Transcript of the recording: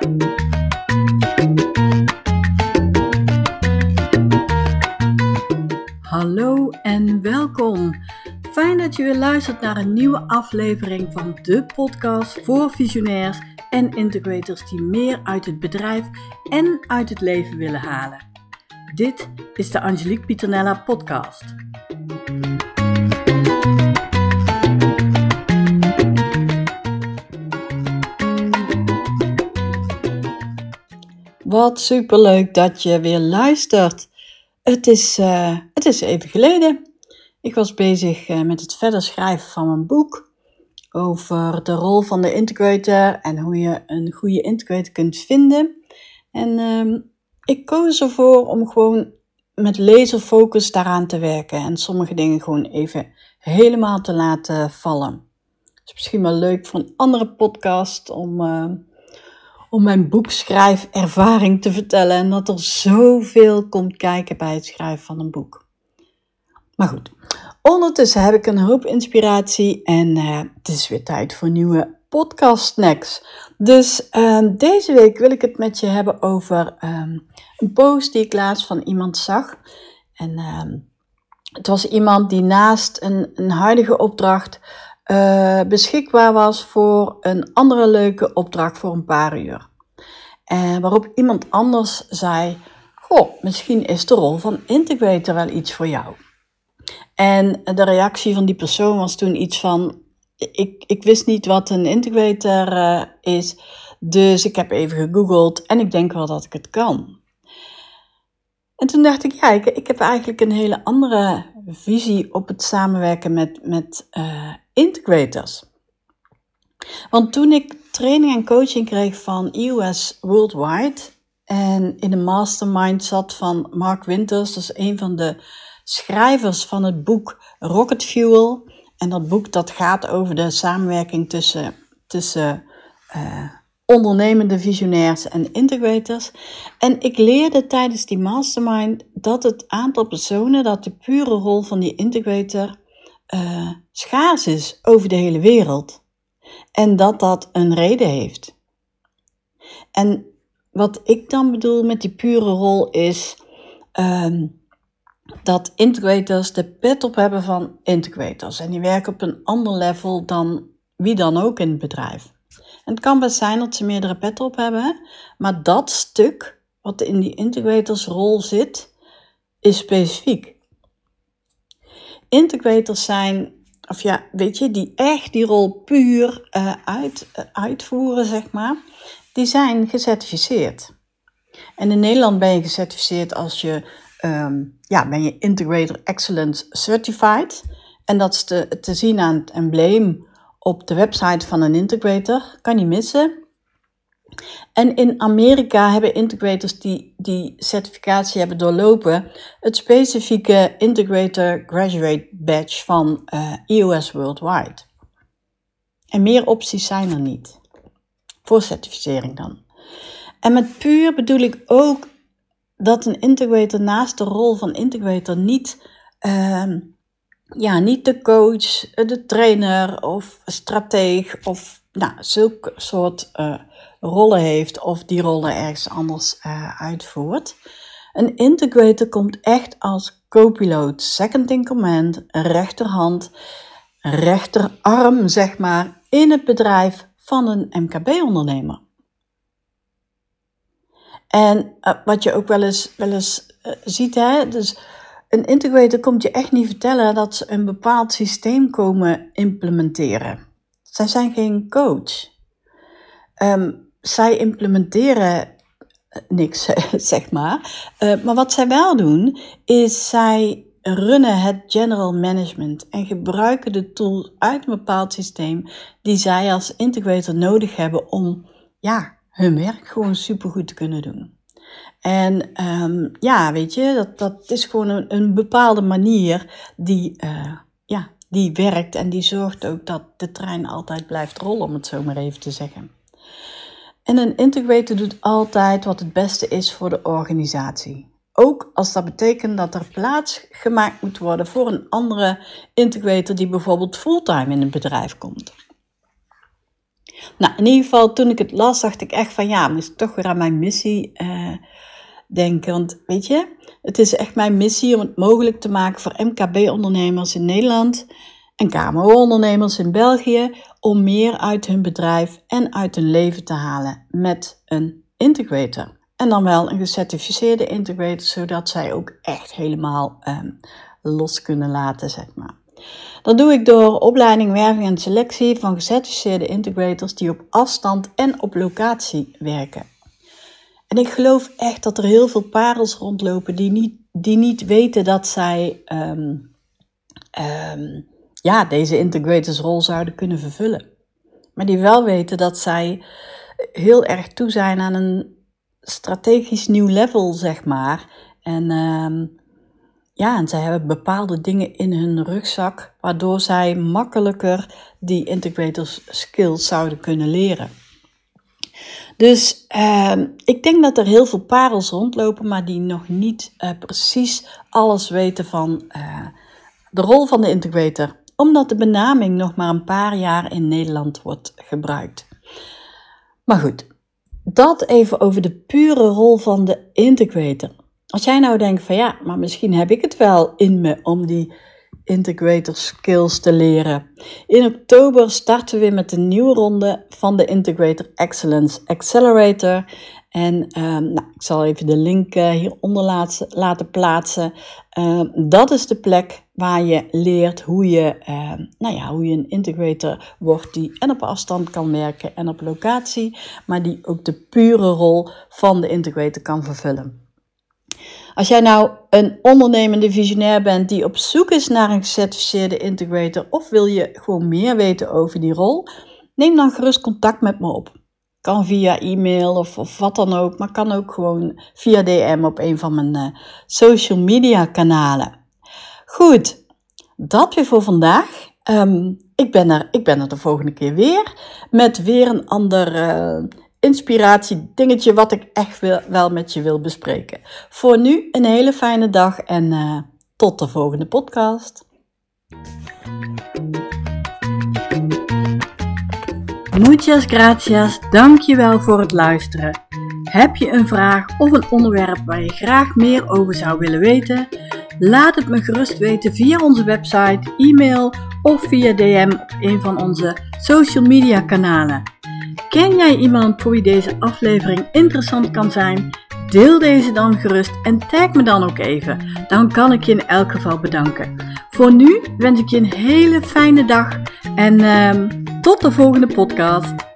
Hallo en welkom. Fijn dat je weer luistert naar een nieuwe aflevering van de podcast voor visionairs en integrators die meer uit het bedrijf en uit het leven willen halen. Dit is de Angelique Pieternella podcast. Wat superleuk dat je weer luistert. Het is even geleden. Ik was bezig met het verder schrijven van mijn boek over de rol van de integrator en hoe je een goede integrator kunt vinden. En ik koos ervoor om gewoon met laserfocus daaraan te werken en sommige dingen gewoon even helemaal te laten vallen. Het is misschien wel leuk voor een andere podcast om mijn boekschrijfervaring te vertellen en dat er zoveel komt kijken bij het schrijven van een boek. Maar goed, ondertussen heb ik een hoop inspiratie en het is weer tijd voor nieuwe podcast snacks. Dus deze week wil ik het met je hebben over een post die ik laatst van iemand zag. En het was iemand die naast een huidige opdracht beschikbaar was voor een andere leuke opdracht voor een paar uur. Waarop iemand anders zei, goh, misschien is de rol van integrator wel iets voor jou. En de reactie van die persoon was toen iets van, ik wist niet wat een integrator is, dus ik heb even gegoogeld en ik denk wel dat ik het kan. En toen dacht ik, ja, ik heb eigenlijk een hele andere visie op het samenwerken met integrators. Want toen ik training en coaching kreeg van EOS Worldwide en in de mastermind zat van Mark Winters, dat is een van de schrijvers van het boek Rocket Fuel. En dat boek dat gaat over de samenwerking tussen ondernemende visionairs en integrators. En ik leerde tijdens die mastermind dat het aantal personen, dat de pure rol van die integrator schaars is over de hele wereld. En dat een reden heeft. En wat ik dan bedoel met die pure rol is dat integrators de pet op hebben van integrators. En die werken op een ander level dan wie dan ook in het bedrijf. En het kan best zijn dat ze meerdere petten op hebben, maar dat stuk wat in die integratorsrol zit, is specifiek. Integrators zijn, die echt die rol puur uitvoeren, zeg maar, die zijn gecertificeerd. En in Nederland ben je gecertificeerd als je, ben je Integrator Excellence Certified. En dat is te zien aan het embleem op de website van een integrator. Kan niet missen. En in Amerika hebben integrators die certificatie hebben doorlopen het specifieke Integrator Graduate Badge van EOS Worldwide. En meer opties zijn er niet. Voor certificering dan. En met puur bedoel ik ook dat een integrator naast de rol van integrator niet de coach, de trainer of strateeg of zulke soort rollen heeft of die rollen ergens anders uitvoert. Een integrator komt echt als co-piloot, second in command, rechterhand, rechterarm, zeg maar, in het bedrijf van een MKB-ondernemer. En wat je ook wel eens ziet, hè, dus een integrator komt je echt niet vertellen dat ze een bepaald systeem komen implementeren. Zij zijn geen coach. Zij implementeren niks, zeg maar. Maar wat zij wel doen, is zij runnen het general management en gebruiken de tools uit een bepaald systeem die zij als integrator nodig hebben om hun werk gewoon supergoed te kunnen doen. En dat is gewoon een bepaalde manier die werkt en die zorgt ook dat de trein altijd blijft rollen, om het zo maar even te zeggen. En een integrator doet altijd wat het beste is voor de organisatie. Ook als dat betekent dat er plaats gemaakt moet worden voor een andere integrator die bijvoorbeeld fulltime in het bedrijf komt. Nou, in ieder geval, toen ik het las, dacht ik echt van ja, moest ik toch weer aan mijn missie denken. Want weet je, het is echt mijn missie om het mogelijk te maken voor MKB-ondernemers in Nederland en KMO-ondernemers in België om meer uit hun bedrijf en uit hun leven te halen met een integrator. En dan wel een gecertificeerde integrator, zodat zij ook echt helemaal los kunnen laten, zeg maar. Dat doe ik door opleiding, werving en selectie van gecertificeerde integrators die op afstand en op locatie werken. En ik geloof echt dat er heel veel parels rondlopen die niet weten dat zij deze integratorsrol zouden kunnen vervullen. Maar die wel weten dat zij heel erg toe zijn aan een strategisch nieuw level, zeg maar. En zij hebben bepaalde dingen in hun rugzak, waardoor zij makkelijker die integrators skills zouden kunnen leren. Dus ik denk dat er heel veel parels rondlopen, maar die nog niet precies alles weten van de rol van de integrator. Omdat de benaming nog maar een paar jaar in Nederland wordt gebruikt. Maar goed, dat even over de pure rol van de integrator. Als jij nou denkt van ja, maar misschien heb ik het wel in me om die integrator skills te leren. In oktober starten we weer met een nieuwe ronde van de Integrator Excellence Accelerator. En ik zal even de link hieronder laten plaatsen. Dat is de plek waar je leert hoe je een integrator wordt die en op afstand kan werken en op locatie, maar die ook de pure rol van de integrator kan vervullen. Als jij nou een ondernemende visionair bent die op zoek is naar een gecertificeerde integrator of wil je gewoon meer weten over die rol, neem dan gerust contact met me op. Kan via e-mail of wat dan ook, maar kan ook gewoon via DM op een van mijn social media kanalen. Goed, dat weer voor vandaag. Ik ben er de volgende keer weer met weer een ander inspiratie dingetje wat ik echt wel met je wil bespreken. Voor nu een hele fijne dag en tot de volgende podcast. Muchas gracias, dankjewel voor het luisteren. Heb je een vraag of een onderwerp waar je graag meer over zou willen weten? Laat het me gerust weten via onze website, e-mail of via DM op een van onze social media kanalen. Ken jij iemand voor wie deze aflevering interessant kan zijn? Deel deze dan gerust en tag me dan ook even. Dan kan ik je in elk geval bedanken. Voor nu wens ik je een hele fijne dag en tot de volgende podcast.